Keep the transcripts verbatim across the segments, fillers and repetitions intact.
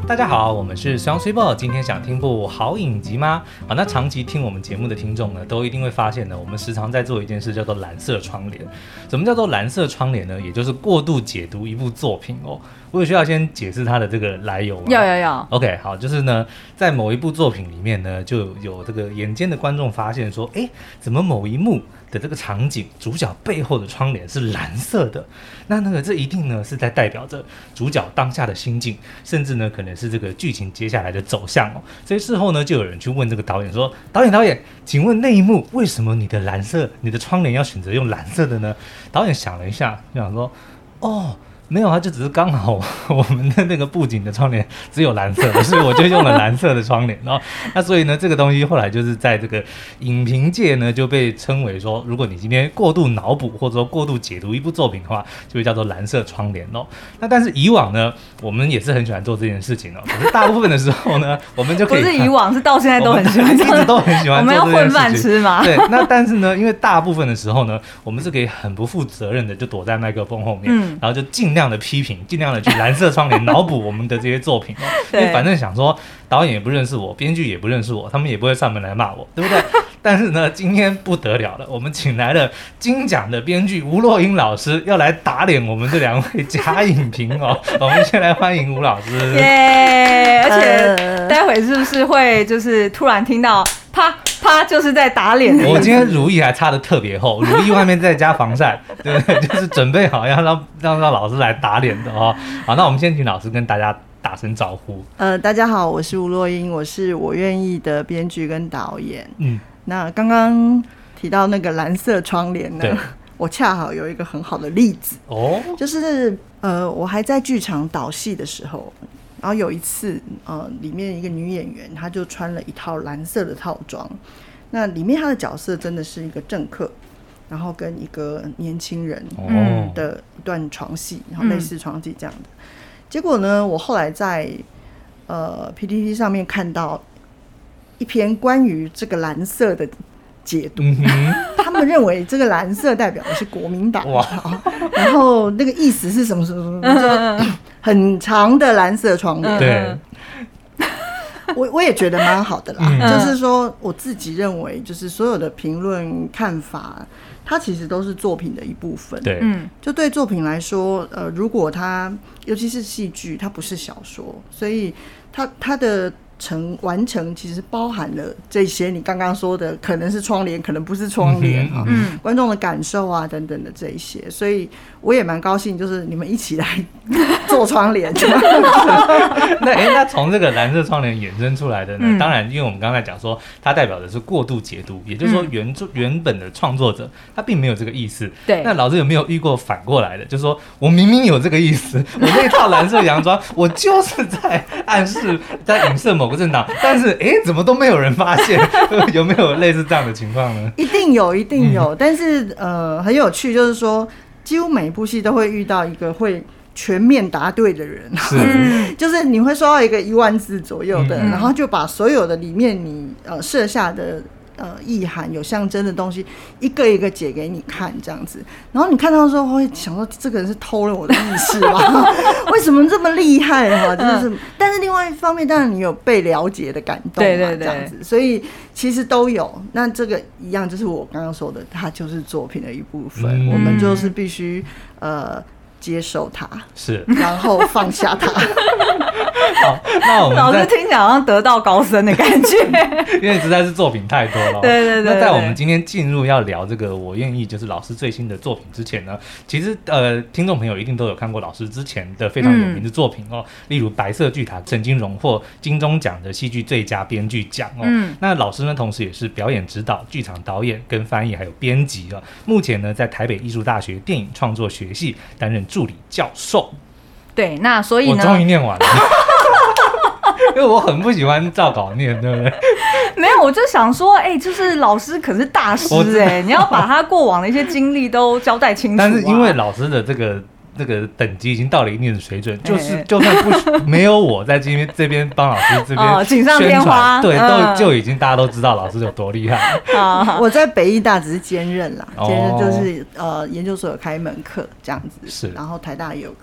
大家好，我们是双水报，今天想听部好影集吗？好，那长期听我们节目的听众呢，都一定会发现呢，我们时常在做一件事叫做蓝色窗帘。什么叫做蓝色窗帘呢？也就是过度解读一部作品哦。我有需要先解释它的这个来由吗？ 要要要。 OK， 好，就是呢，在某一部作品里面呢，就有这个眼尖的观众发现说，哎，怎么某一幕的这个场景，主角背后的窗帘是蓝色的？那那个这一定呢是在代表着主角当下的心境，甚至呢可能是这个剧情接下来的走向哦。所以事后呢，就有人去问这个导演说：“导演，导演，请问那一幕为什么你的蓝色，你的窗帘要选择用蓝色的呢？”导演想了一下，就想说：“哦。”没有啊，就只是刚好我们的那个布景的窗帘只有蓝色的，所以我就用了蓝色的窗帘。然后，那所以呢，这个东西后来就是在这个影评界呢就被称为说，如果你今天过度脑补或者说过度解读一部作品的话，就会叫做蓝色窗帘哦。那但是以往呢，我们也是很喜欢做这件事情哦。可是大部分的时候呢，我们就可以不是以往，是到现在都很喜欢， 一直都很喜欢做这件事情。 我们要混饭吃嘛？ 对。那但是呢，因为大部分的时候呢，我们是可以很不负责任的就躲在麦克风后面，嗯、然后就尽量的批评，尽量的去蓝色窗帘脑补我们的这些作品哦，因为反正想说导演也不认识我，编剧也不认识我，他们也不会上门来骂我，对不对？但是呢，今天不得了了，我们请来了金奖的编剧吴若英老师，要来打脸我们这两位假影评哦。我们先来欢迎吴老师， 耶！而且待会是不是会就是突然听到啪啪，就是在打脸？ 我今天乳液还擦得特别厚，乳液外面再加防晒，对不对？就是准备好要让让让老师来打脸的哦。好，那我们先请老师跟大家打声招呼。 呃，大家好，我是吴若英，我是我愿意的编剧跟导演。嗯，那刚刚提到那个蓝色窗帘呢，我恰好有一个很好的例子哦，就是呃，我还在剧场导戏的时候。然后有一次，呃，里面一个女演员，她就穿了一套蓝色的套装。那里面她的角色真的是一个政客，然后跟一个年轻人的一段床戏，然后类似床戏这样的。嗯、结果呢，我后来在呃 P T T 上面看到一篇关于这个蓝色的解读，嗯、他们认为这个蓝色代表的是国民党，然后那个意思是什么什么什么，很长的蓝色窗帘。 对， 我我也觉得蛮好的啦，嗯、就是说我自己认为，就是所有的评论看法，它其实都是作品的一部分。 对， 嗯，就对作品来说，呃，如果它尤其是戏剧，它不是小说，所以它它的成完成其实包含了这些你刚刚说的，可能是窗帘，可能不是窗帘哈，嗯嗯、观众的感受啊等等的这一些，所以我也蛮高兴，就是你们一起来做窗帘。 那哎，那从这个蓝色窗帘衍生出来的呢？嗯、当然，因为我们刚才讲说，它代表的是过度解读，也就是说原作、嗯、原本的创作者他并没有这个意思。 对。 那老师有没有遇过反过来的？就是说我明明有这个意思，我那套蓝色洋装，我就是在暗示，在影射某。某个政党，但是哎，怎么都没有人发现？有没有类似这样的情况呢？ 一定有，一定有。嗯、但是呃，很有趣，就是说，几乎每一部戏都会遇到一个会全面答对的人，是就是你会收到一个一万字左右的，嗯、然后就把所有的里面你呃设下的。呃，意涵有象征的东西，一个一个解给你看，这样子。然后你看到的时候会想说，这个人是偷了我的意识吗？为什么这么厉害哈？就是，嗯、但是另外一方面，当然你有被了解的感动嘛，对对对，这样子。所以其实都有。那这个一样，就是我刚刚说的，它就是作品的一部分。嗯、我们就是必须呃。接受它， 是， 然后放下它。 好，那我们老师听起来好像得道高僧的感觉， 因为实在是作品太多了。 对对 对, 对。 那在我们今天进入要聊这个我愿意就是老师最新的作品之前呢，其实呃，听众朋友一定都有看过老师之前的非常有名的作品哦，嗯、例如《白色巨塔》曾经荣获金钟奖的戏剧最佳编剧奖哦。嗯。那老师呢，同时也是表演指导、剧场导演跟翻译还有编辑哦。目前呢，在台北艺术大学电影创作学系担任助理教授。 对，那所以呢， 我终于念完了。因为我很不喜欢照稿念，对不对？ 没有，我就想说，哎、欸，就是老师可是大师哎、欸，你要把他过往的一些经历都交代清楚、啊。 但是因为老师的这个那个等级已经到了一定的水准，就是就算不没有我在这边这边帮老师这边锦上添花， 对，都就已经大家都知道老师有多厉害。 我在北艺大只是兼任啦，兼任就是呃研究所有开一门课这样子，是，然后台大也有课。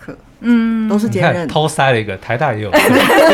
嗯，都是兼任。 偷塞了一个，台大也有， 有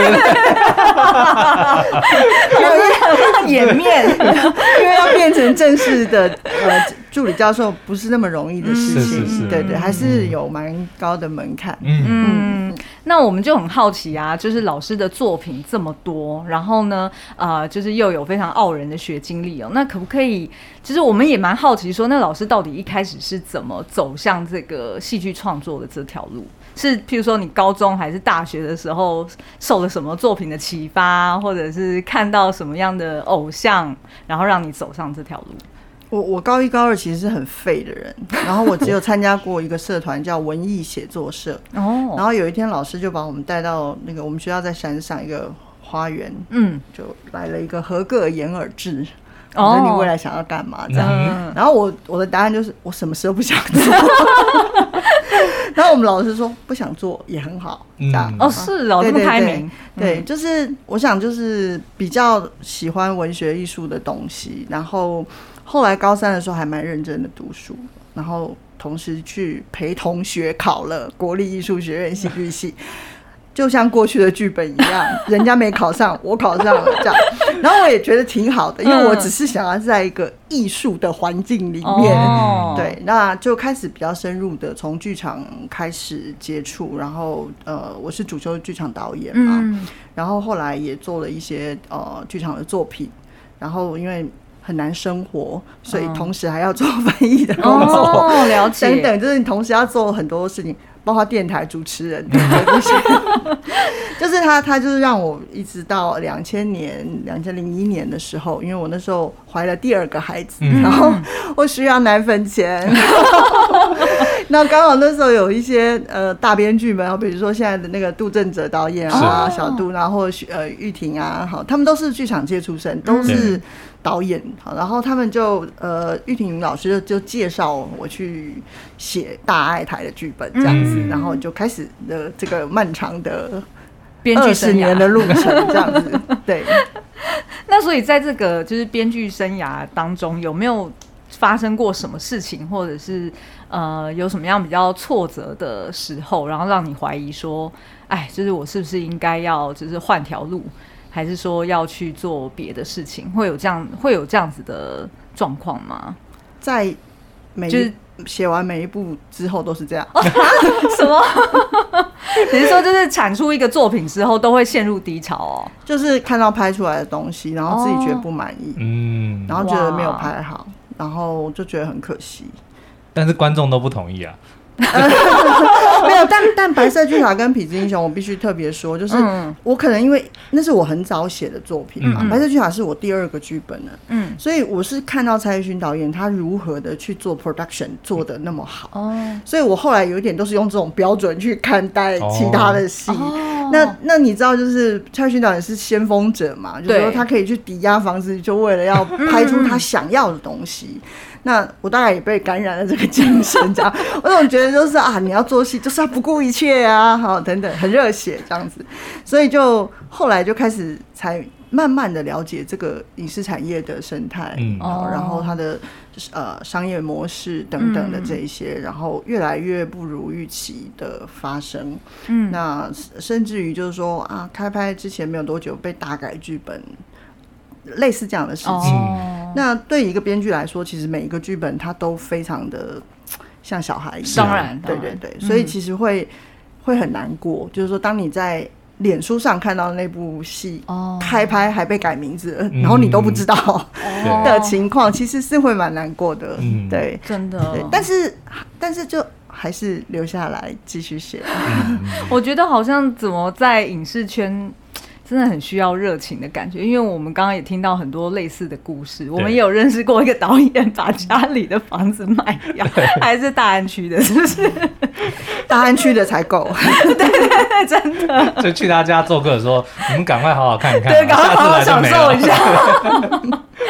颜面， 因为要变成正式的呃助理教授，不是那么容易的事情， 是是是， 对对，还是有蛮高的门槛。 嗯嗯，那我们就很好奇啊，就是老师的作品这么多，然后呢，呃，就是又有非常傲人的学经历哦，那可不可以？其实我们也蛮好奇说，那老师到底一开始是怎么走向这个戏剧创作的这条路？是譬如说你高中还是大学的时候受了什么作品的启发，或者是看到什么样的偶像，然后让你走上这条路？ 我我高一高二其实是很废的人，然后我只有参加过一个社团叫文艺写作社哦，然后有一天老师就把我们带到那个我们学校在山上一个花园，嗯，就来了一个合个眼耳智。哦，你未来想要干嘛？这样，嗯、然后我我的答案就是我什么事都不想做。然后我们老师说不想做也很好，这样、 嗯、哦是哦，这么开明。 对，嗯、就是我想就是比较喜欢文学艺术的东西，然后后来高三的时候还蛮认真的读书，然后同时去陪同学考了国立艺术学院戏剧系。就像过去的剧本一样，人家没考上，我考上了，这样。然后我也觉得挺好的，因为我只是想要在一个艺术的环境里面，嗯、对，那就开始比较深入的从剧场开始接触，然后呃，我是主修剧场导演嘛，嗯、然后后来也做了一些呃剧场的作品，然后因为很难生活，所以同时还要做翻译的工作， 哦，了解， 等等，就是你同时要做很多事情。包括电台主持人等等这些，就是他，他就是让我一直到两千年、两千零一年的时候，因为我那时候怀了第二个孩子，嗯、然后我需要奶粉钱，那刚好那时候有一些呃大编剧们，比如说现在的那个杜正哲导演啊，小杜，然后呃玉婷啊，好，他们都是剧场界出身，都是导演，好，然后他们就呃玉婷老师就就介绍我去写大爱台的剧本这样子。嗯、然后就开始了这个漫长的编剧生涯二十年的路程，这样子。对。 那所以在这个就是编剧生涯当中，有没有发生过什么事情，或者是呃有什么样比较挫折的时候，然后让你怀疑说，哎，就是我是不是应该要就是换条路，还是说要去做别的事情？会有这样会有这样子的状况吗？ 在每一、就是写完每一部之后都是这样、 哦、什么？你是说就是产出一个作品之后都会陷入低潮哦？ 就是看到拍出来的东西，然后自己觉得不满意，嗯、哦，然后觉得没有拍好，然后就觉得很可惜。 但是观众都不同意啊。 没有，但但白色巨塔跟痞子英雄，我必须特别说，就是我可能因为那是我很早写的作品嘛，嗯、白色巨塔是我第二个剧本了，嗯，所以我是看到蔡玉勋导演他如何的去做 production 做的那么好，哦，所以我后来有一点都是用这种标准去看待其他的戏。哦、那那你知道，就是蔡玉勋导演是先锋者嘛，就是说他可以去抵押房子，就为了要拍出他想要的东西。那我大概也被感染了这个精神，这样我总觉得就是啊，你要做戏就是要不顾一切啊，好等等，很热血这样子，所以就后来就开始才慢慢的了解这个影视产业的生态，嗯，然后它的呃商业模式等等的这一些，嗯、然后越来越不如预期的发生，嗯，那甚至于就是说啊，开拍之前没有多久被大改剧本。类似这样的事情，哦、那对一个编剧来说，其实每一个剧本它都非常的像小孩一样， 当然， 对对对，嗯、所以其实会会很难过。就是说，当你在脸书上看到那部戏、哦、开拍还被改名字了，嗯、然后你都不知道的情况，其实是会蛮难过的。嗯、对， 真的。 对，但是但是就还是留下来继续写。 嗯、我觉得好像怎么在影视圈。真的很需要热情的感觉，因为我们刚刚也听到很多类似的故事，我们也有认识过一个导演把家里的房子卖掉，还是大安区的，是不是？ 大安区的才够。 对对对，真的。 就去他家做客的时候，你们赶快好好看一看， 对，赶快好好享受一下。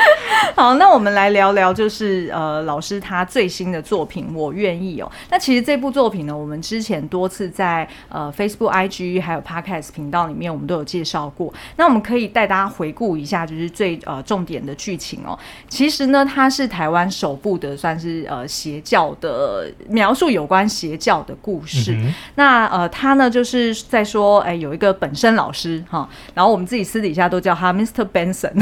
好，那我们来聊聊，就是呃，老师他最新的作品《我愿意》哦。那其实这部作品呢，我们之前多次在呃 Facebook、I G 还有 Podcast 频道里面，我们都有介绍过。那我们可以带大家回顾一下，就是最呃重点的剧情哦。其实呢，它是台湾首部的算是呃邪教的描述有关邪教的故事。嗯、那呃，他呢就是在说，哎、欸，有一个本身老师哈，然后我们自己私底下都叫他 Mister Benson。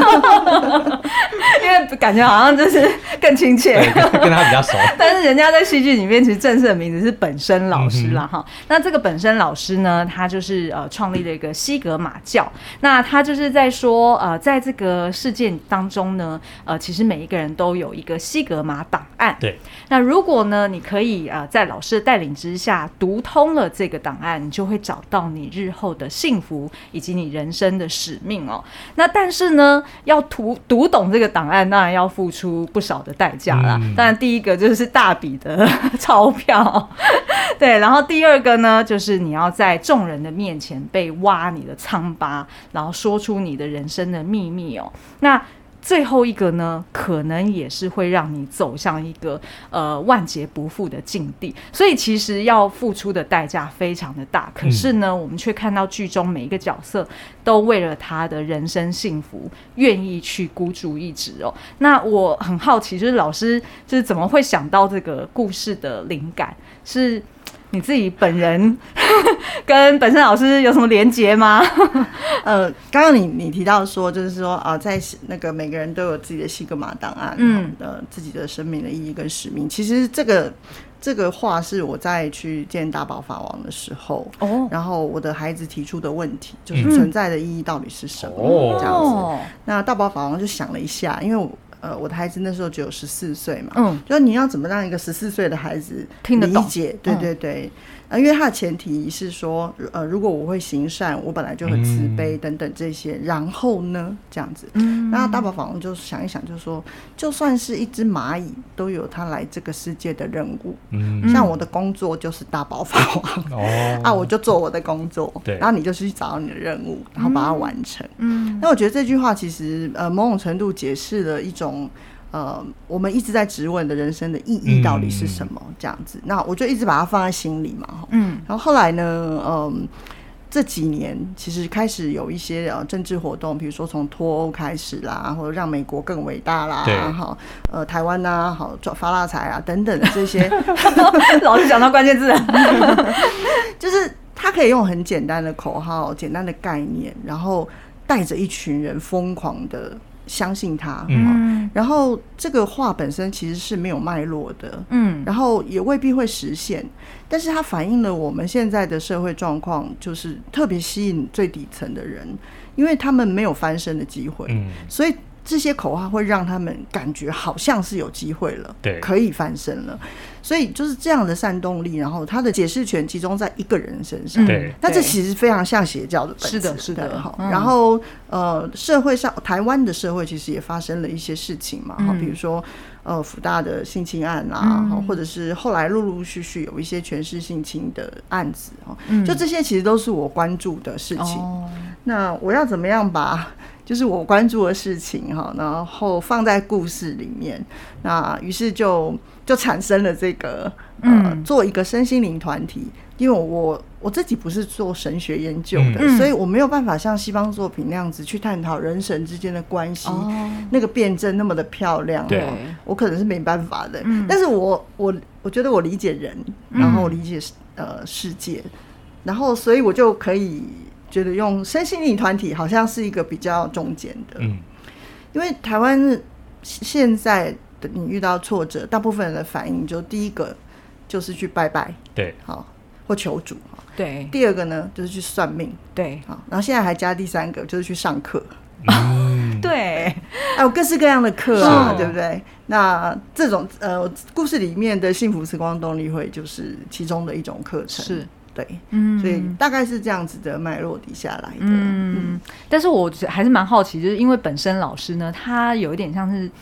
因为感觉好像就是更亲切， 跟他比较熟。 但是人家在戏剧里面其实正式的名字是本身老师啦哈、嗯。那这个本身老师呢，他就是呃创立了一个西格玛教。那他就是在说呃，在这个事件当中呢，呃，其实每一个人都有一个西格玛档案。 对。 那如果呢，你可以呃在老师的带领之下读通了这个档案，你就会找到你日后的幸福以及你人生的使命哦。那但是呢，要读读懂这个档案，当然要付出不少的代价啦。嗯、当然，第一个就是大笔的钞票，对。然后第二个呢，就是你要在众人的面前被挖你的疮疤，然后说出你的人生的秘密哦。那最后一个呢，可能也是会让你走向一个呃万劫不复的境地，所以其实要付出的代价非常的大。可是呢，嗯、我们却看到剧中每一个角色都为了他的人生幸福，愿意去孤注一掷哦。那我很好奇，就是老师就是怎么会想到这个故事的灵感？是你自己本人跟本身老师有什么连结吗？ 呃，刚刚你你提到说，就是说啊、呃，在那个每个人都有自己的西格玛档案，嗯，呃，自己的生命的意义跟使命。其实这个这个话是我在去见大宝法王的时候，哦，然后我的孩子提出的问题，就是存在的意义到底是什么？哦，这样子。那大宝法王就想了一下，因为我。呃，我的孩子那时候只有十四岁嘛，嗯，就是你要怎么让一个十四岁的孩子听得懂？ 理解，对对对，嗯、因为他的前提是说，呃，如果我会行善，我本来就很慈悲等等这些，嗯、然后呢，这样子，嗯，那大宝法王就想一想，就说，就算是一只蚂蚁，都有他来这个世界的任务，嗯，像我的工作就是大宝法王，哦，啊，我就做我的工作，对，然后你就去找到你的任务，然后把它完成，嗯，那我觉得这句话其实，呃，某种程度解释了一种。呃，我们一直在质问的人生的意义到底是什么？这样子，嗯、那我就一直把它放在心里嘛。嗯，然后后来呢，嗯，这几年其实开始有一些呃政治活动，比如说从脱欧开始啦，或者让美国更伟大啦，哈，呃，台湾啊，好发大财啊等等的这些， 老是讲到关键字， 就是他可以用很简单的口号、简单的概念，然后带着一群人疯狂的。相信他，嗯，然后这个话本身其实是没有脉络的，嗯，然后也未必会实现，但是它反映了我们现在的社会状况，就是特别吸引最底层的人，因为他们没有翻身的机会，嗯，所以这些口号会让他们感觉好像是有机会了，对，可以翻身了，所以就是这样的煽动力，然后他的解释权集中在一个人身上，对，那这其实非常像邪教的本质， 是的，是的， 嗯、然后呃，社会上台湾的社会其实也发生了一些事情嘛，嗯、比如说呃辅大的性侵案啊，嗯、或者是后来陆陆续续有一些权势性侵的案子，嗯、就这些其实都是我关注的事情。哦、那我要怎么样把？就是我关注的事情哈，然后放在故事里面，那于是就就产生了这个呃，嗯、做一个身心灵团体。因为我我自己不是做神学研究的，嗯、所以我没有办法像西方作品那样子去探讨人神之间的关系，哦、那个辩证那么的漂亮，对，我可能是没办法的。嗯、但是我我我觉得我理解人，然后理解呃世界，然后所以我就可以。觉得用身心灵团体好像是一个比较中间的，嗯，因为台湾现在的你遇到挫折，大部分人的反应就第一个就是去拜拜，对，好，或求主，对，第二个呢就是去算命，对，好，然后现在还加第三个就是去上课， 嗯、对， 还有各式各样的课啊，对不对？那这种呃故事里面的幸福时光动力会就是其中的一种课程，是。对，嗯，所以大概是这样子的脉络底下来的。嗯， 但是我还是蛮好奇，就是因为本身老师呢，他有一点像是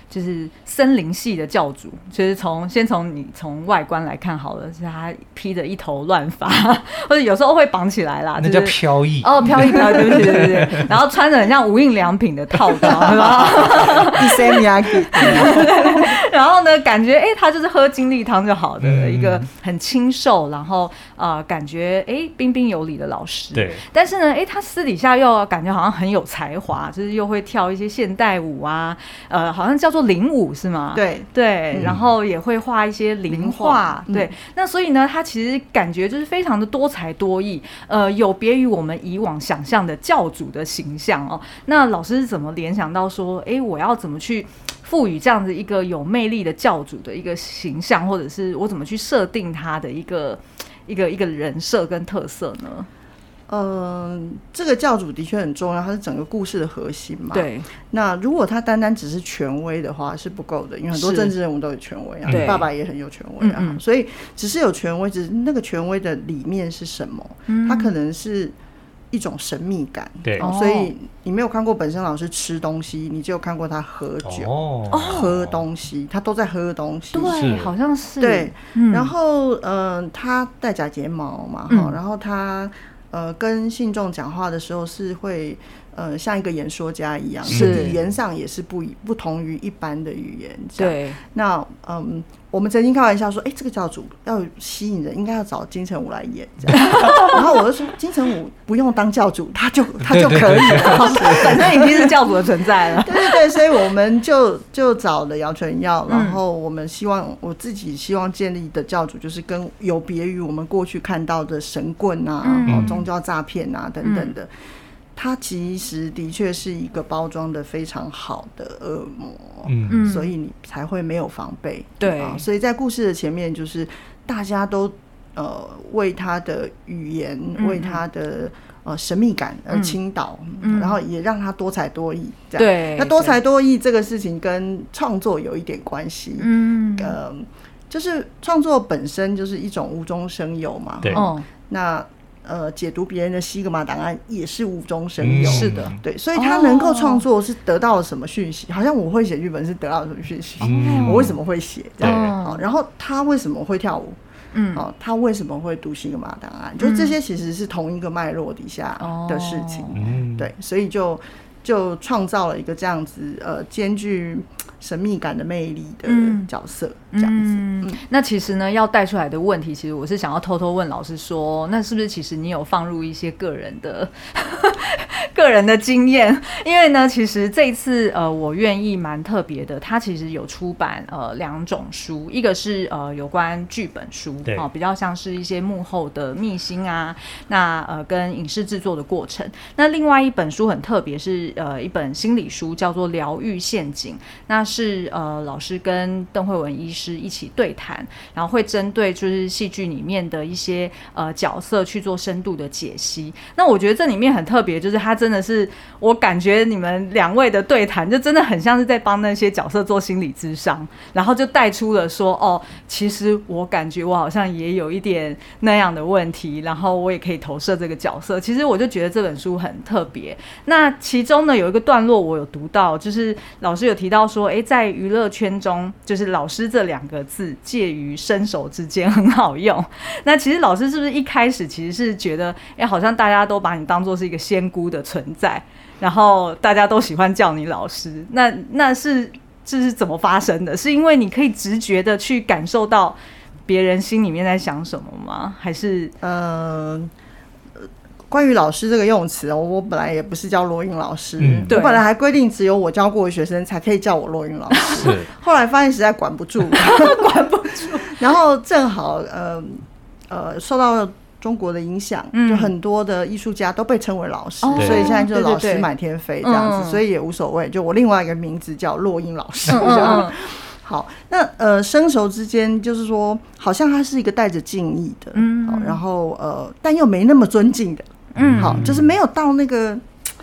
就是森林系的教主，就是从先从你从外观来看好了，就是他披着一头乱发，或者有时候会绑起来啦， 那叫飘逸哦，飘逸飘逸，对不对对对对，然后穿着很像无印良品的套装，是吧？然后呢，感觉哎、欸，他就是喝精力汤就好的、嗯、一个很清瘦，然后呃，感觉哎彬彬有礼的老师。 对， 但是呢，哎，他私底下又感觉好像很有才华，就是又会跳一些现代舞啊，呃，好像叫做灵舞是吗？ 对对、嗯，然后也会画一些灵画，对、嗯。那所以呢，他其实感觉就是非常的多才多艺，呃，有别于我们以往想象的教主的形象哦。那老师是怎么联想到说，哎，我要怎么去赋予这样子一个有魅力的教主的一个形象，或者是我怎么去设定他的一个一个一个人设跟特色呢？ 嗯、呃，这个教主的确很重要，他是整个故事的核心嘛。 对。 那如果他单单只是权威的话是不够的，因为很多政治人物都有权威啊，爸爸也很有权威啊、嗯嗯，所以只是有权威，只是那个权威的理念是什么？嗯、他可能是一种神秘感。 对、 哦，所以你没有看过本身老师吃东西，你只有看过他喝酒、哦、喝东西，他都在喝东西。 对，好像是。 对，嗯、然后嗯、呃，他戴假睫毛嘛，嗯、然后他。呃，跟信众讲话的时候是会，呃，像一个演说家一样，是语言上也是不不同于一般的语言。 对， 那嗯，我们曾经开玩笑说，哎、欸，这个教主要吸引人，应该要找金城武来演。这样然后我就说，金城武不用当教主，他就他就可以了， 反正已经是教主的存在了。 对对对，所以我们就就找了姚纯耀，然后我们希望、嗯、我自己希望建立的教主，就是跟有别于我们过去看到的神棍啊、嗯、宗教诈骗啊等等的。嗯，他其实的确是一个包装的非常好的恶魔，嗯，所以你才会没有防备。 对、 啊，所以在故事的前面，就是大家都呃为他的语言、嗯、为他的呃神秘感而倾倒、嗯，然后也让他多才多艺。这样， 对， 那多才多艺这个事情跟创作有一点关系。嗯，呃，就是创作本身就是一种无中生有嘛。 对， 哦，那。呃，解读别人的西格玛档案也是无中生有、 嗯，是的， 对，所以他能够创作是得到了什么讯息、哦？好像我会写剧本是得到了什么讯息、嗯？我为什么会写？这样、哦，然后他为什么会跳舞？嗯，哦，他为什么会读西格玛档案？嗯、就这些其实是同一个脉络底下的事情、哦，对，所以就就创造了一个这样子呃兼具神秘感的魅力的角色，嗯、这样子、嗯嗯。那其实呢，要带出来的问题，其实我是想要偷偷问老师说，那是不是其实你有放入一些个人的个人的经验？因为呢，其实这一次呃，我愿意蛮特别的，它其实有出版呃两种书，一个是呃有关剧本书，哦、呃，比较像是一些幕后的秘辛啊，那呃跟影视制作的过程。那另外一本书很特别，是呃一本心理书，叫做《疗愈陷阱》，那是呃老师跟邓惠文医师一起对谈，然后会针对就是戏剧里面的一些呃角色去做深度的解析。那我觉得这里面很特别，就是他真的是我感觉你们两位的对谈就真的很像是在帮那些角色做心理咨商，然后就带出了说哦，其实我感觉我好像也有一点那样的问题，然后我也可以投射这个角色。其实我就觉得这本书很特别。那其中呢有一个段落我有读到，就是老师有提到说，哎，在娱乐圈中，就是老师这两个字介于伸手之间，很好用。那其实老师是不是一开始其实是觉得，哎，好像大家都把你当作是一个仙姑的存在，然后大家都喜欢叫你老师？那那是这是怎么发生的？是因为你可以直觉的去感受到别人心里面在想什么吗？还是嗯？关于老师这个用词，我本来也不是叫洛英老师、嗯，我本来还规定只有我教过的学生才可以叫我洛英老师，后来发现实在管不住， 管不住。 然后正好呃呃受到中国的影响、嗯，就很多的艺术家都被称为老师，哦、所以现在就老师满天飞这样子，对对对，所以也无所谓。就我另外一个名字叫洛英老师。嗯嗯嗯，好，那呃，生熟之间就是说，好像他是一个带着敬意的，嗯，然后呃，但又没那么尊敬的。嗯，好，就是没有到那个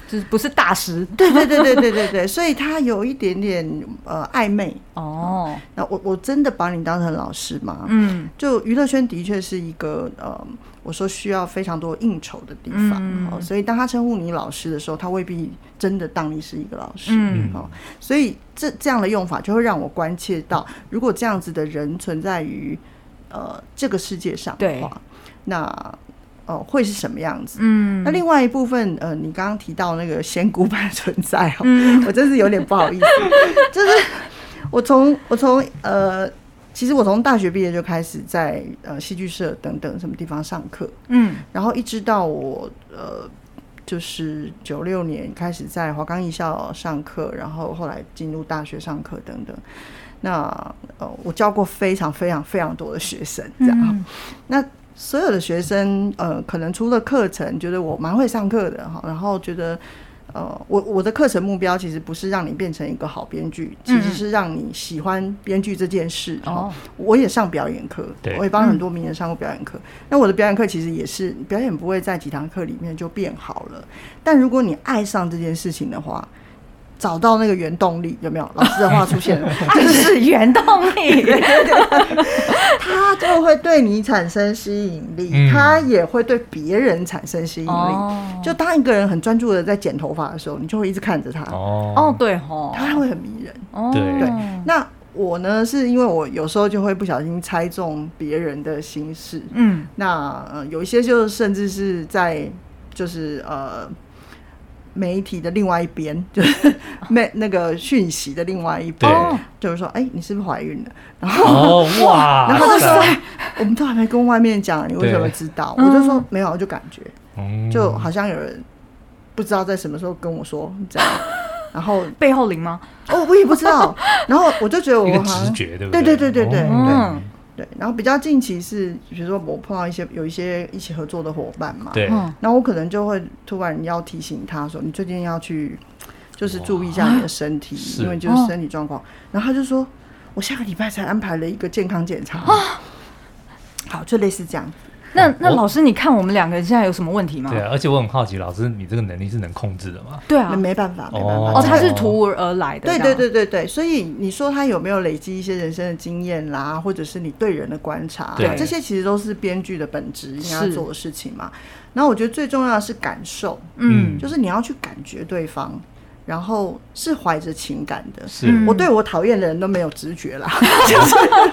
就是不是大师。 对对对对对对对，所以他有一点点呃暧昧哦。那我我真的把你当成老师吗？嗯，就娱乐圈的确是一个呃，我说需要非常多应酬的地方，嗯哦、所以当他称呼你老师的时候，他未必真的当你是一个老师。嗯哦，所以这这样的用法就会让我关切到，如果这样子的人存在于呃这个世界上的话，那。哦，会是什么样子？嗯，那另外一部分，呃，你刚刚提到那个仙姑般存在哦，嗯、我真是有点不好意思。就是我从我从呃，其实我从大学毕业就开始在呃戏剧社等等什么地方上课，嗯，然后一直到我呃就是九六年开始在华冈艺校上课，然后后来进入大学上课等等。那呃，我教过非常非常非常多的学生，这样，嗯、那。所有的学生，呃，可能除了课程，觉得我蛮会上课的哈，然后觉得，呃，我我的课程目标其实不是让你变成一个好编剧，其实是让你喜欢编剧这件事。哦、嗯，我也上表演课，我也帮很多名人上过表演课。那、嗯、我的表演课其实也是表演不会在几堂课里面就变好了，但如果你爱上这件事情的话。找到那个原动力，有没有？老师的话出现了， 就是原动力， 他就会对你产生吸引力，嗯、他也会对别人产生吸引力。哦、就当一个人很专注的在剪头发的时候，你就会一直看着他。 哦，哦对哦， 他会很迷人。 哦， 对。那我呢，是因为我有时候就会不小心猜中别人的心事。嗯，那、呃、有一些就甚至是在就是呃。媒体的另外一边，就是那个讯息的另外一边，就是说，哎、欸，你是不是怀孕了？然后， 哦、哇， 然后他就说，我们都还没跟外面讲，你为什么知道？我就说没有，我就感觉，嗯、就好像有人不知道在什么时候跟我说这样，然后背后灵吗？ 哦，我也不知道。然后我就觉得我好像一个直觉，对不对？对对对对对对。 嗯对，然后比较近期是，比如说我碰到一些有一些一起合作的伙伴嘛， 对， 然后我可能就会突然要提醒他说，你最近要去，就是注意一下你的身体，因为就是身体状况。然后他就说，我下个礼拜才安排了一个健康检查，好，就类似这样。 那那老师，你看我们两个人现在有什么问题吗？ 对啊，而且我很好奇，老师你这个能力是能控制的吗？ 对啊， 没办法，没办法。 哦，他是突如而来的。 对对对对对，所以你说他有没有累积一些人生的经验啦，或者是你对人的观察，这些其实都是编剧的本质应该要做的事情嘛。然后我觉得最重要的是感受，嗯，就是你要去感觉对方。然后是怀着情感的， 是我对我讨厌的人都没有直觉啦，就是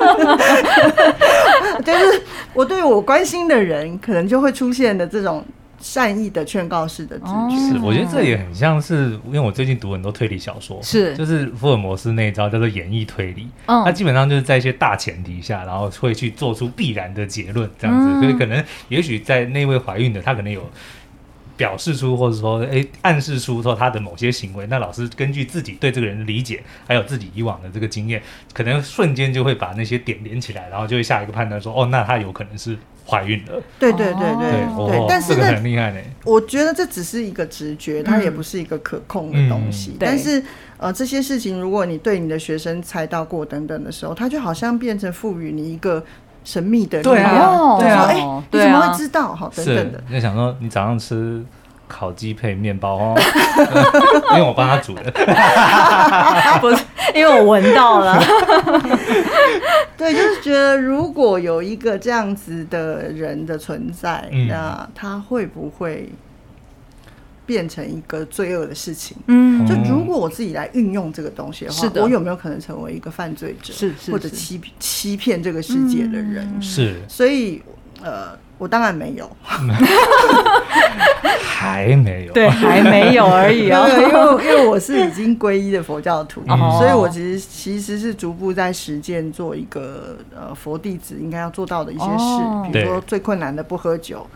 就是我对我关心的人，可能就会出现的这种善意的劝告式的直觉。 是，我觉得这也很像是，因为我最近读很多推理小说， 是， 就是福尔摩斯那一招叫做演绎推理，嗯，他基本上就是在一些大前提下，然后会去做出必然的结论，这样子，嗯、所以可能也许在那位怀孕的，他可能有。表示出或者说诶暗示出说他的某些行为，那老师根据自己对这个人的理解还有自己以往的这个经验，可能瞬间就会把那些点连起来，然后就会下一个判断说哦，那他有可能是怀孕了。 对对对对 对, 哦、 对，但是这个很厉害呢。 我觉得这只是一个直觉，它也不是一个可控的东西。嗯、但是呃，这些事情如果你对你的学生猜到过等等的时候，它就好像变成赋予你一个神秘的力量。 对啊，对啊， 哎、欸，你怎么会知道？好，等等的。 你想说，你早上吃烤鸡配面包哦，因为我帮他煮的， 不是因为我闻到了。 对，就是觉得如果有一个这样子的人的存在，嗯、那他会不会变成一个罪恶的事情？嗯，就如果我自己来运用这个东西的话，的我有没有可能成为一个犯罪者？ 是是， 或者欺欺骗这个世界的人？ 嗯、是， 所以呃，我当然没有。 还没有， 对，还没有而已哦。 因为因为我是已经皈依的佛教徒，嗯、所以我其实其实是逐步在实践做一个呃佛弟子应该要做到的一些事，哦、比如说最困难的不喝酒，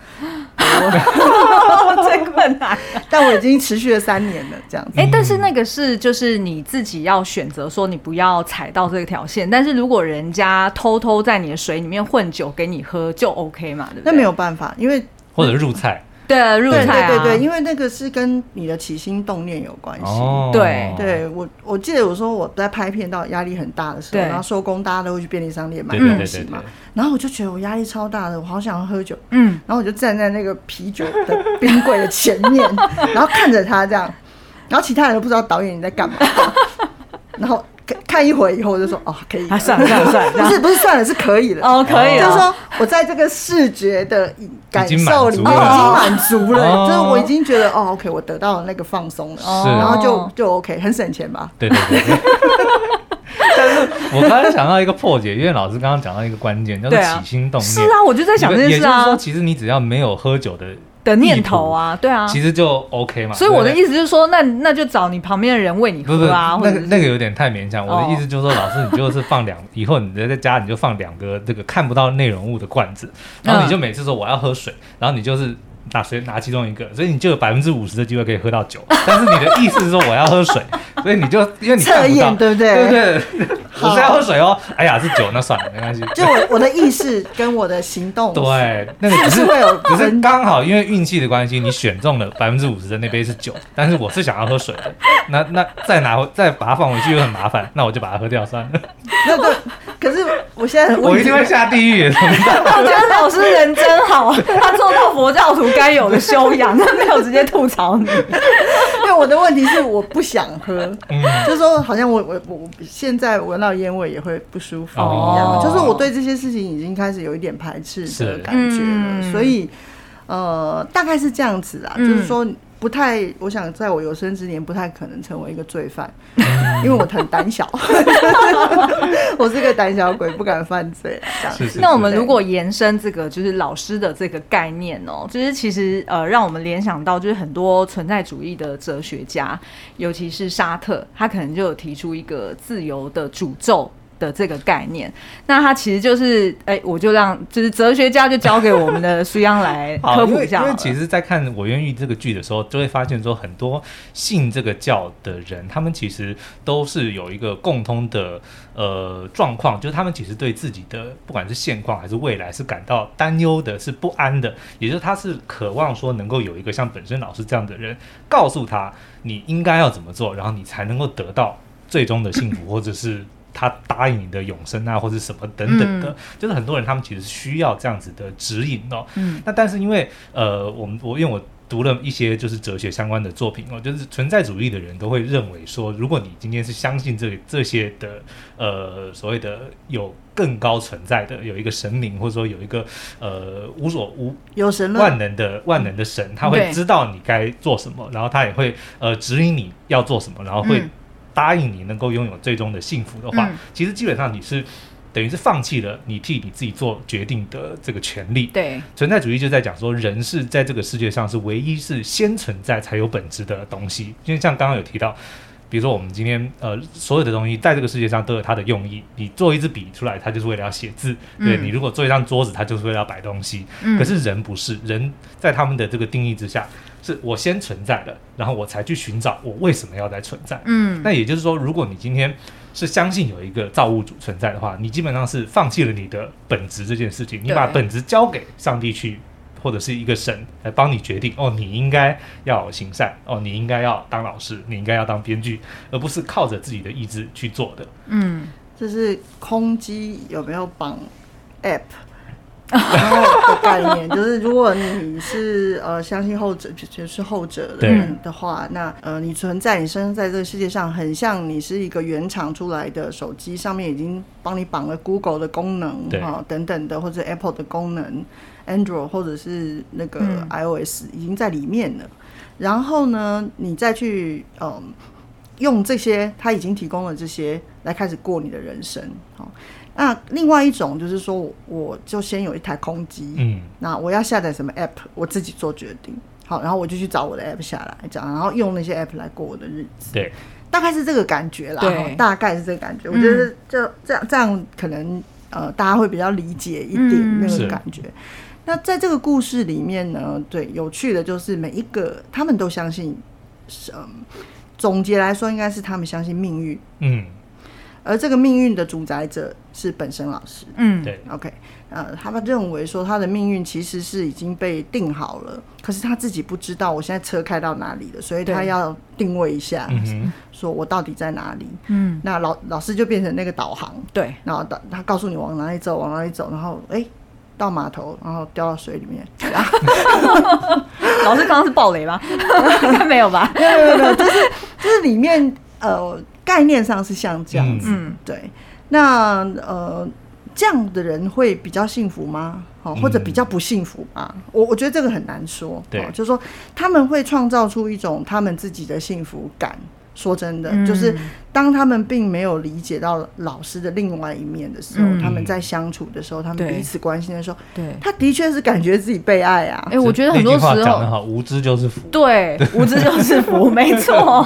最困难， 但我已经持续了三年了，这样子。 哎、欸，但是那个是就是你自己要选择说你不要踩到这条线，但是如果人家偷偷在你的水里面混酒给你喝，就 OK 嘛，对不对？ 那没有办法，因为或者入菜。 对，入菜、啊、 对对对对，因为那个是跟你的起心动念有关系。哦、 对对，我我记得我说我在拍片到压力很大的时候，然后收工大家都会去便利商店买东西嘛，然后我就觉得我压力超大的，我好想要喝酒，嗯，然后我就站在那个啤酒的冰柜的前面，然后看着他这样，然后其他人都不知道导演你在干嘛，然后。看一会以后就说哦可以、 啊、算了算了算了， 不是不是算了是可以的哦可以了， 就是说我在这个视觉的感受里面已经满足了，哦、就是我已经觉得哦 OK 我得到了那个放松了，然后就就 OK 很省钱吧。 对对对对。但是我刚才想到一个破解，因为老师刚刚讲到一个关键叫做起心动念。 是啊，我就在想这件事啊。 也就是说，其实你只要没有喝酒的。 的念头啊，对啊， 其实就 OK 嘛。 所以我的意思就是说，那那就找你旁边的人喂你喝啊。 不不，那个那个有点太勉强。我的意思就是说，老师你就是放两，以后你在家你就放两个这个看不到内容物的罐子，然后你就每次说我要喝水，然后你就是拿水拿其中一个，所以你就有百分之五十的机会可以喝到酒。但是你的意思是说我要喝水，所以你就因为你看不到， 对不对？ 对不对？我是要喝水哦。哎呀，是酒，那算了，没关系。 就我我的意识跟我的行动， 对，那个只是会有， 只是刚好因为运气的关系，你选中了百分之五十的那杯是酒，但是我是想要喝水的，那那再拿再把它放回去又很麻烦，那我就把它喝掉算了。 那对，可是我现在我一定会下地狱的， 我觉得老师人真好，他做到佛教徒该有的修养，他没有直接吐槽你。 因为我的问题是我不想喝，嗯、就是说好像我我我现在闻到烟味也会不舒服一样，哦、就是我对这些事情已经开始有一点排斥的感觉了，嗯、所以呃大概是这样子啦，嗯、就是说不太，我想在我有生之年不太可能成为一个罪犯，嗯、因为我很胆小，我是个胆小鬼，不敢犯罪这样子。是是是， 那我们如果延伸这个就是老师的这个概念哦，就是其实呃让我们联想到就是很多存在主义的哲学家，尤其是沙特，他可能就有提出一个自由的诅咒的这个概念，那它其实就是，哎、欸，我就让就是哲学家就交给我们的苏央来科普一下好了。 因为其实，在看《我愿意》这个剧的时候，就会发现说，很多信这个教的人，他们其实都是有一个共通的呃状况，就是他们其实对自己的不管是现况还是未来是感到担忧的，是不安的，也就是他是渴望说能够有一个像本身老师这样的人，告诉他你应该要怎么做，然后你才能够得到最终的幸福，或者是他答应你的永生啊，或者什么等等的，嗯、就是很多人他们其实需要这样子的指引哦。嗯，那但是因为呃，我们我因为我读了一些就是哲学相关的作品哦，就是存在主义的人都会认为说，如果你今天是相信这这些的呃所谓的有更高存在的有一个神明，或者说有一个呃无所无有神万能的万能的神，他会知道你该做什么，然后他也会呃指引你要做什么，然后会、嗯。答应你能够拥有最终的幸福的话、嗯、其实基本上你是等于是放弃了你替你自己做决定的这个权利。 对， 存在主义就在讲说人是在这个世界上是唯一是先存在才有本质的东西，因为像刚刚有提到比如说我们今天呃所有的东西在这个世界上都有它的用意，你做一支笔出来它就是为了要写字，对、嗯、你如果做一张桌子它就是为了要摆东西、嗯、可是人不是，人在他们的这个定义之下是我先存在了，然后我才去寻找我为什么要在存在。嗯，那也就是说如果你今天是相信有一个造物主存在的话，你基本上是放弃了你的本质这件事情，你把本质交给上帝去或者是一个神来帮你决定，哦你应该要行善，哦你应该要当老师，你应该要当编剧，而不是靠着自己的意志去做的。 嗯，这是空机有没有绑 app 然后的概念，就是如果你是呃相信后者，就是后者的人的话，那呃你存在，你生在这个世界上，很像你是一个原厂出来的手机，上面已经帮你绑了 Google 的功能啊、呃、等等的，或者 Apple 的功能 ，Android 或者是那个 iOS、嗯、已经在里面了。然后呢，你再去嗯、呃、用这些，它已经提供了这些来开始过你的人生，好、哦。那另外一种就是说，我就先有一台空机，嗯，那我要下载什么 app， 我自己做决定，好，然后我就去找我的 app 下来，这样，然后用那些 app 来过我的日子， 对， 大概是这个感觉啦，大概是这个感觉，我觉得就这样，这样可能呃大家会比较理解一点那个感觉。嗯、那在这个故事里面呢，对，有趣的就是每一个他们都相信，嗯，总结来说应该是他们相信命运，嗯。 而这个命运的主宰者是本身老师。 嗯， 对 ，OK， 呃，他们认为说他的命运其实是已经被定好了，可是他自己不知道我现在车开到哪里了，所以他要定位一下，说我到底在哪里。嗯，那老老师就变成那个导航， 对， 然后他告诉你往哪里走，往哪里走，然后哎。到码头，然后掉到水里面。 老师刚刚是爆雷吗？应该没有吧？ 没有没有没有，就是就是里面呃概念上是像这样子。嗯，对。那呃这样的人会比较幸福吗？哦，或者比较不幸福吗？嗯、我我觉得这个很难说。对、哦，就是说他们会创造出一种他们自己的幸福感。说真的、嗯、就是当他们并没有理解到老师的另外一面的时候、嗯、他们在相处的时候，他们彼此关心的时候，对，他的确是感觉自己被爱啊。 哎、欸，我觉得很多时候讲得好，无知就是福。 对，无知就是福，没错。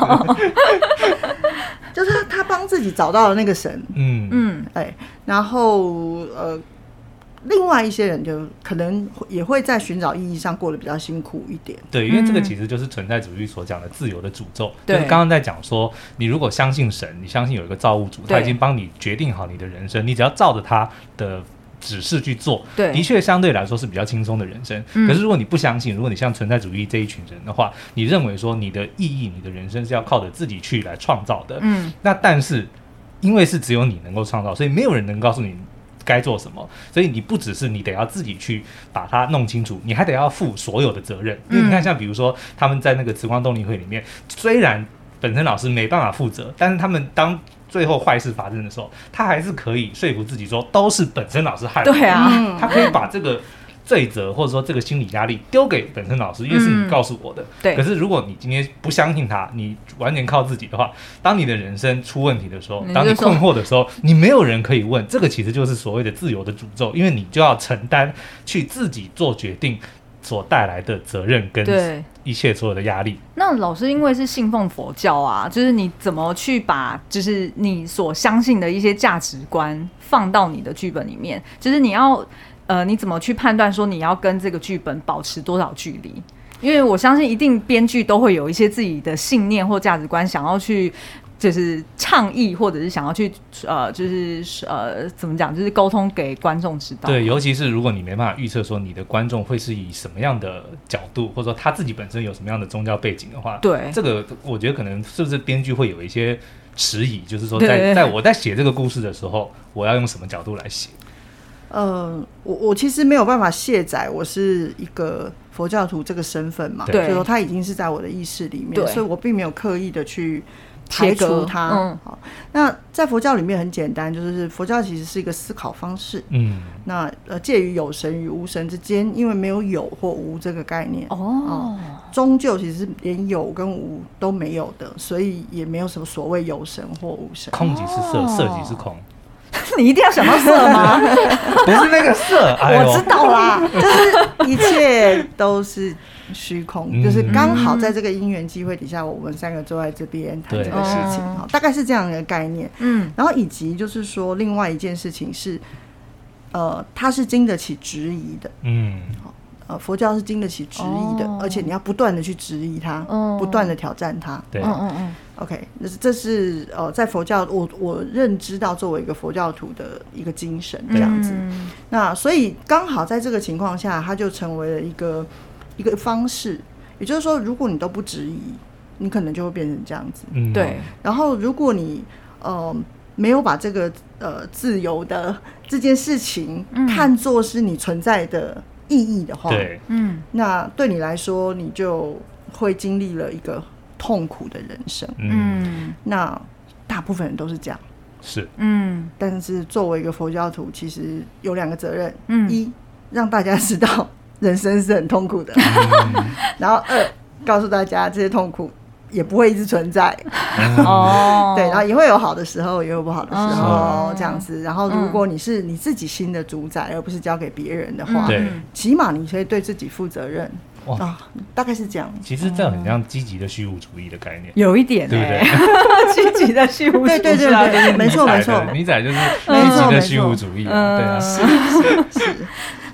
就是他他帮自己找到了那个神，嗯嗯，哎，然后呃。另外一些人就可能也会在寻找意义上过得比较辛苦一点。 对，因为这个其实就是存在主义所讲的自由的诅咒。对、嗯，就是刚刚在讲说，你如果相信神，你相信有一个造物主，他已经帮你决定好你的人生，你只要照着他的指示去做，对，的确相对来说是比较轻松的人生、嗯。可是如果你不相信，如果你像存在主义这一群人的话，你认为说你的意义、你的人生是要靠着自己去来创造的，嗯，那但是因为是只有你能够创造，所以没有人能告诉你该做什么，所以你不只是你得要自己去把它弄清楚，你还得要负所有的责任。因为你看，像比如说他们在那个慈光动力会里面，虽然本身老师没办法负责，但是他们当最后坏事发生的时候，他还是可以说服自己说都是本身老师害的。 对啊， 他可以把这个罪责或者说这个心理压力丢给本身老师，因为是你告诉我的、嗯、对。可是如果你今天不相信他，你完全靠自己的话，当你的人生出问题的时候，当你困惑的时候，你没有人可以问，这个其实就是所谓的自由的诅咒，因为你就要承担去自己做决定所带来的责任跟一切所有的压力。 那老师因为是信奉佛教啊，就是你怎么去把就是你所相信的一些价值观放到你的剧本里面，就是你要呃，你怎么去判断说你要跟这个剧本保持多少距离？因为我相信一定编剧都会有一些自己的信念或价值观想要去就是倡议，或者是想要去呃就是呃怎么讲，就是沟通给观众知道。 对，尤其是如果你没办法预测说你的观众会是以什么样的角度，或者说他自己本身有什么样的宗教背景的话，对，这个我觉得可能是不是编剧会有一些迟疑，就是说在在我在写这个故事的时候，我要用什么角度来写。 呃，我我其实没有办法卸载我是一个佛教徒这个身份嘛，所以说它已经是在我的意识里面，所以我并没有刻意的去排除它。嗯，好，那在佛教里面很简单，就是佛教其实是一个思考方式。嗯，那呃介于有神与无神之间，因为没有有或无这个概念。哦，终究其实是连有跟无都没有的，所以也没有什么所谓有神或无神。 空即是色，色即是空。 你一定要想到色吗？ 不是那个色、哎、 我知道啦，就是一切都是虚空、嗯、就是刚好在这个因缘机会底下，我们三个坐在这边谈这个事情、哦、大概是这样的概念。嗯，然后以及就是说另外一件事情是呃，它是经得起质疑的。嗯，呃，佛教是经得起质疑的、哦、而且你要不断的去质疑它、哦、不断的挑战它。对，嗯嗯嗯OK， 这是呃，在佛教我我认知到作为一个佛教徒的一个精神这样子。嗯、那所以刚好在这个情况下，它就成为了一个一个方式。也就是说，如果你都不质疑，你可能就会变成这样子。嗯，对。然后，如果你呃没有把这个呃自由的这件事情看作是你存在的意义的话，对，嗯，那对你来说，你就会经历了一个痛苦的人生。嗯，那大部分人都是这样。 是， 嗯，但是作为一个佛教徒，其实有两个责任：嗯，一让大家知道人生是很痛苦的，嗯、然后二告诉大家这些痛苦也不会一直存在。哦，对，然后也会有好的时候，也有不好的时候，哦、这样子。然后如果你是你自己心的主宰，而不是交给别人的话，嗯、起码你可以对自己负责任。哇、哦，大概是这样。 其实这很像积极的虚无主义的概念， 有一点、欸，对不对？ 积极的虚无主义， 对对对对，没错没错， 米仔就是积极的虚无主义、啊，对啊， 是是是。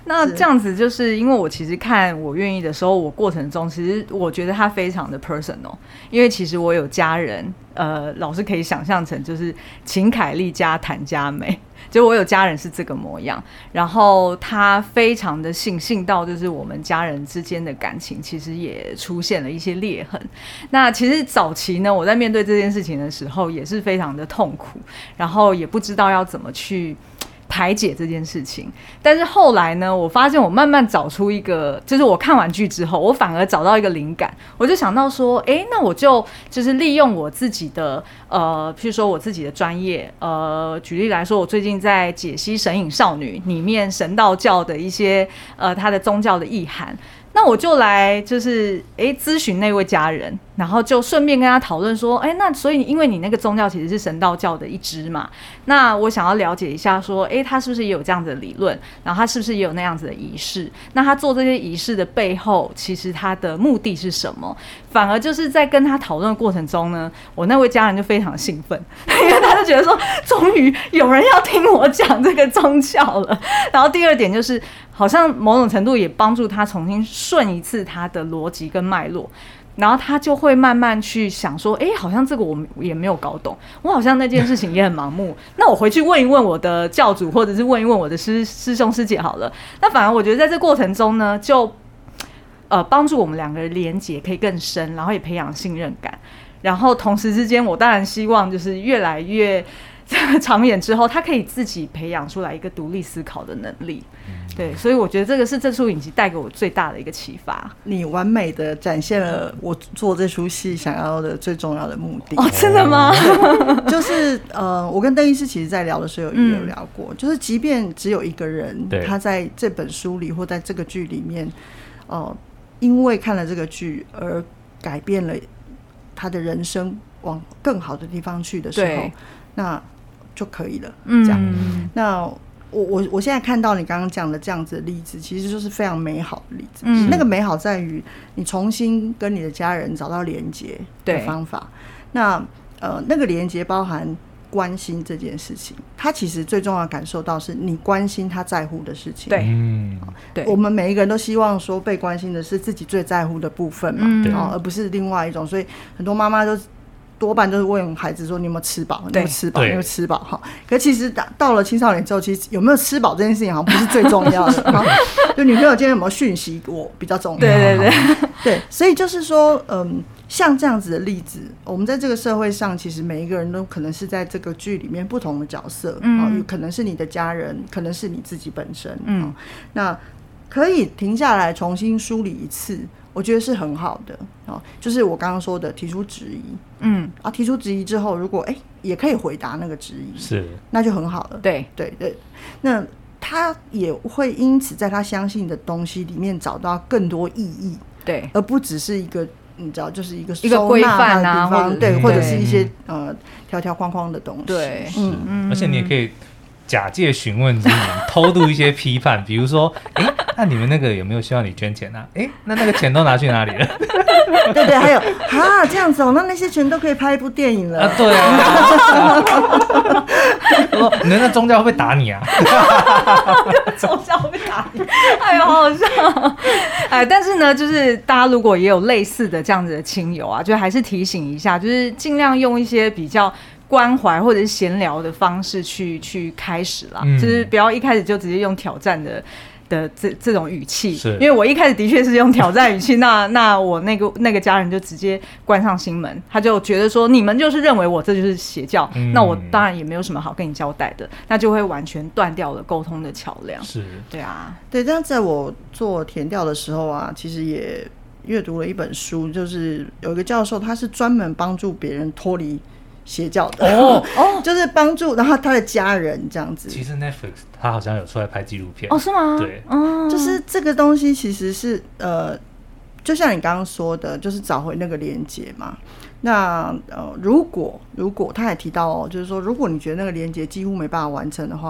那这样子就是因为我其实看我愿意的时候，我过程中其实我觉得它非常的 personal， 因为其实我有家人，呃，老师可以想象成就是秦凯丽加谭嘉美，就我有家人是这个模样，然后他非常的信信到就是我们家人之间的感情其实也出现了一些裂痕。那其实早期呢，我在面对这件事情的时候也是非常的痛苦，然后也不知道要怎么去排解这件事情。但是后来呢，我发现我慢慢找出一个，就是我看完剧之后，我反而找到一个灵感，我就想到说，哎，那我就就是利用我自己的呃，譬如说我自己的专业，呃，举例来说，我最近在解析《神隐少女》里面神道教的一些呃它的宗教的意涵。那我就来就是哎咨询那位家人，然后就顺便跟他讨论说，哎，那所以因为你那个宗教其实是神道教的一支嘛，那我想要了解一下说，哎，他是不是也有这样子的理论，然后他是不是也有那样子的仪式，那他做这些仪式的背后其实他的目的是什么。反而就是在跟他讨论的过程中呢，我那位家人就非常兴奋，因为他就觉得说终于有人要听我讲这个宗教了。然后第二点就是好像某种程度也帮助他重新顺一次他的逻辑跟脉络，然后他就会慢慢去想说，哎，好像这个我也没有搞懂，我好像那件事情也很盲目，那我回去问一问我的教主，或者是问一问我的师师兄师姐好了。那反而我觉得在这过程中呢，就呃帮助我们两个人连结可以更深，然后也培养信任感。然后同时之间，我当然希望就是越来越长远之后，他可以自己培养出来一个独立思考的能力。对，所以我觉得这个是这出影集带给我最大的一个启发。 你完美的展现了我做这出戏想要的最重要的目的。 哦，真的吗？ 就是呃，我跟邓医师其实在聊的时候也有聊过，嗯、就是即便只有一个人，他在这本书里或在这个剧里面，呃，因为看了这个剧而改变了他的人生往更好的地方去的时候，那就可以了。这样，嗯、那我我我现在看到你刚刚讲的这样子的例子，其实就是非常美好的例子。嗯、那个美好在于你重新跟你的家人找到连结的方法。那呃，那个连结包含关心这件事情，他其实最重要的感受到是你关心他在乎的事情。 对，嗯， 对，我们每一个人都希望说被关心的是自己最在乎的部分嘛，嗯哦、而不是另外一种。所以很多妈妈都多半都是问孩子说：“你有没有吃饱？你有没有吃饱？你有没有吃饱？”哈，可其实到了青少年之后，其实有没有吃饱这件事情好像不是最重要的。就女朋友今天有没有讯息我比较重要。 对对对对，所以就是说，嗯。像这样子的例子，我们在这个社会上，其实每一个人都可能是在这个剧里面不同的角色，嗯哦、有可能是你的家人，可能是你自己本身，嗯哦、那可以停下来重新梳理一次，我觉得是很好的，哦、就是我刚刚说的提出质疑，嗯啊，提出质疑之后，如果哎也可以回答那个质疑，是那就很好了， 对对对，那他也会因此在他相信的东西里面找到更多意义， 对， 而不只是一个。你知道，就是一个一个规范啊， 或者对，或者是一些呃条条框框的东西。 对， 嗯，而且你也可以假借询问之名偷渡一些批判，比如说，哎、欸，那你们那个有没有需要你捐钱啊？哎、欸，那那个钱都拿去哪里了？ 对对，还有啊，这样子哦，那那些钱都可以拍一部电影了。 啊，对啊。说你的那宗教会不会打你啊？ 宗教会打你，哎呦，好好笑。哎，但是呢，就是大家如果也有类似的这样子的亲友啊，就还是提醒一下，就是尽量用一些比较关怀或者是闲聊的方式去去开始啦，嗯、就是不要一开始就直接用挑战的。的这这种语气，因为我一开始的确是用挑战语气，那那我那个那个家人就直接关上心门，他就觉得说你们就是认为我这就是邪教，嗯、那我当然也没有什么好跟你交代的，那就会完全断掉了沟通的桥梁。 是， 对啊， 对。但在我做田调的时候啊，其实也阅读了一本书，就是有一个教授，他是专门帮助别人脱离邪教的哦哦，就是帮助，然后他的家人这样子。 其实 Netflix 他好像有出来拍纪录片哦，是吗？ 对， 哦， 就是这个东西其实是呃，就像你刚刚说的，就是找回那个连结嘛。那呃，如果如果他也提到哦，就是说，如果你觉得那个连结几乎没办法完成的话，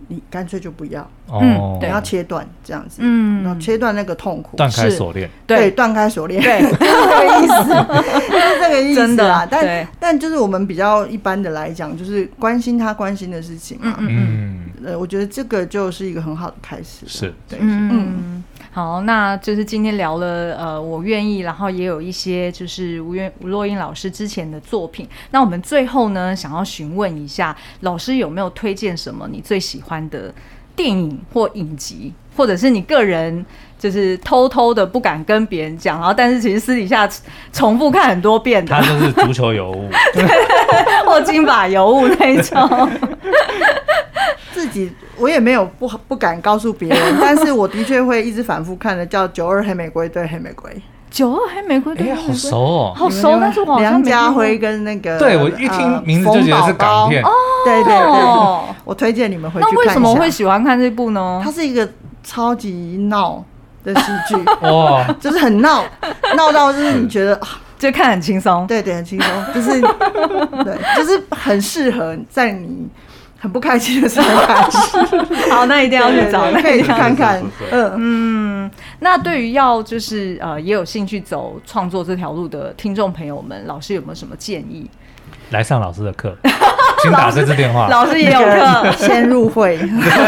你干脆就不要， 哦， 你要切断这样子，嗯，然后切断那个痛苦， 断开锁链， 对，断开锁链，对，就是这个意思，就是这个意思，真的啊。但但就是我们比较一般的来讲，就是关心他关心的事情嘛，嗯嗯，呃，我觉得这个就是一个很好的开始， 是， 对，嗯。 好，那就是今天聊了呃，我愿意，然后也有一些就是吴愿吴若英老师之前的作品。那我们最后呢，想要询问一下老师有没有推荐什么你最喜欢的电影或影集，或者是你个人就是偷偷的不敢跟别人讲，然后但是其实私底下重复看很多遍的。 他就是足球尤物， 或金发尤物那一种。 自己我也没有不不敢告诉别人，但是我的确会一直反复看的，叫《九二黑玫瑰对黑玫瑰》。 九二黑玫瑰对黑玫瑰， 好熟哦， 好熟，但是我好像梁家辉跟那个， 对我一听名字就觉得是港片。 哦，对对对，我推荐你们回去看一下。 那为什么会喜欢看这部呢？ 它是一个超级闹的喜剧，哇，就是很闹，闹到就是你觉得就看很轻松， 对对，很轻松，就是对，就是很适合在你很不开心的时候看。 好，那一定要去找， 可以去看看。 嗯嗯，那对于要就是呃也有兴趣走创作这条路的听众朋友们，老师有没有什么建议？ 来上老师的课，请打这支电话。 老师也有课， 先入会。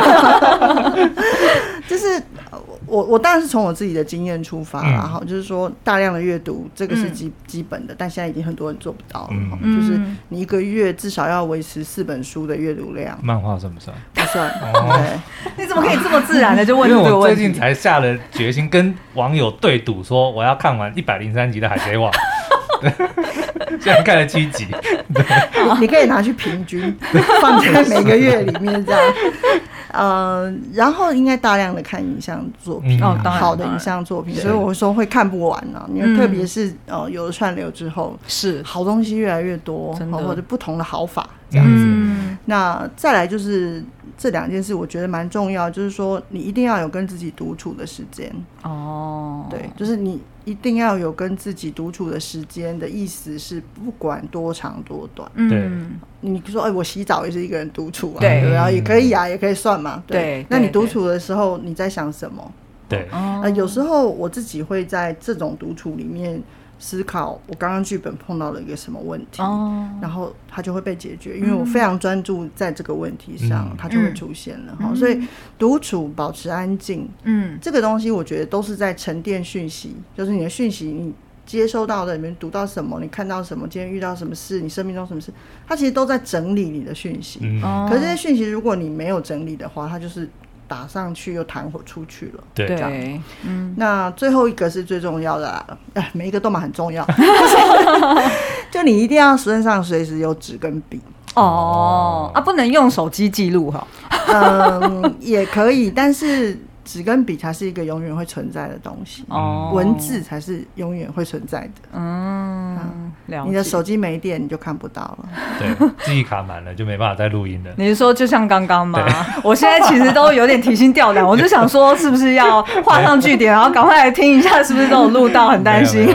就是我我当然是从我自己的经验出发啦，哈、嗯，就是说大量的阅读这个是基、嗯、基本的，但现在已经很多人做不到了，嗯、就是你一个月至少要维持四本书的阅读量。 漫画算不算？ 不算。哦、 对，你怎么可以这么自然的就问这个问题？ 因为我最近才下了决心，跟网友对赌，说我要看完一百零三集的《海贼王》。现在看了七集， 你可以拿去平均放在每个月里面这样。呃，然后应该大量的看影像作品，嗯、好的影像作品，所以我说会看不完呢、啊。因为特别是、嗯、呃有了串流之后， 是好东西越来越多，或者不同的好法这样子。嗯、那再来就是这两件事，我觉得蛮重要，就是说你一定要有跟自己独处的时间。哦，对，就是你一定要有跟自己独处的时间的意思是，不管多长多短。 对， 你说哎，我洗澡也是一个人独处啊， 对， 然后也可以啊，也可以算嘛。对， 对， 那你独处的时候你在想什么？ 对， 呃，有时候我自己会在这种独处里面思考我刚刚剧本碰到了一个什么问题，哦、然后它就会被解决，因为我非常专注在这个问题上，嗯、它就会出现了。嗯、所以独处、保持安静，嗯，这个东西我觉得都是在沉淀讯息，就是你的讯息，你接收到的，里面读到什么，你看到什么，今天遇到什么事，你生命中什么事，它其实都在整理你的讯息。嗯、可是这些讯息，如果你没有整理的话，它就是打上去又弹回出去了， 对， 这样。嗯，那最后一个是最重要的啦，哎，每一个都蛮很重要，就你一定要身上随时有纸跟笔。 哦，啊，不能用手机记录哈。 嗯，也可以，但是纸跟笔才是一个永远会存在的东西，哦，文字才是永远会存在的。嗯，嗯了解。你的手机没电，你就看不到了。 对，记忆卡满了就没办法再录音了。 你是说就像刚刚吗？我现在其实都有点提心吊胆，我就想说是不是要画上句点，然后赶快来听一下，是不是都有录到？很担心。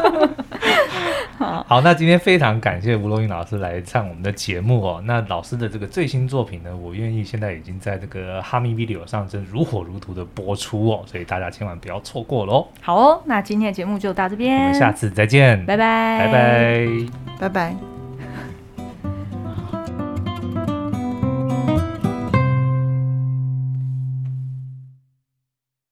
好，那今天非常感谢吴若英老师来上我们的节目哦。那老师的这个最新作品呢，我愿意现在已经在这个哈密 Video 上正如火如荼的播出哦，所以大家千万不要错过咯。 好哦，那今天的节目就到这边， 我们下次再见， 拜拜， 拜拜， 拜拜。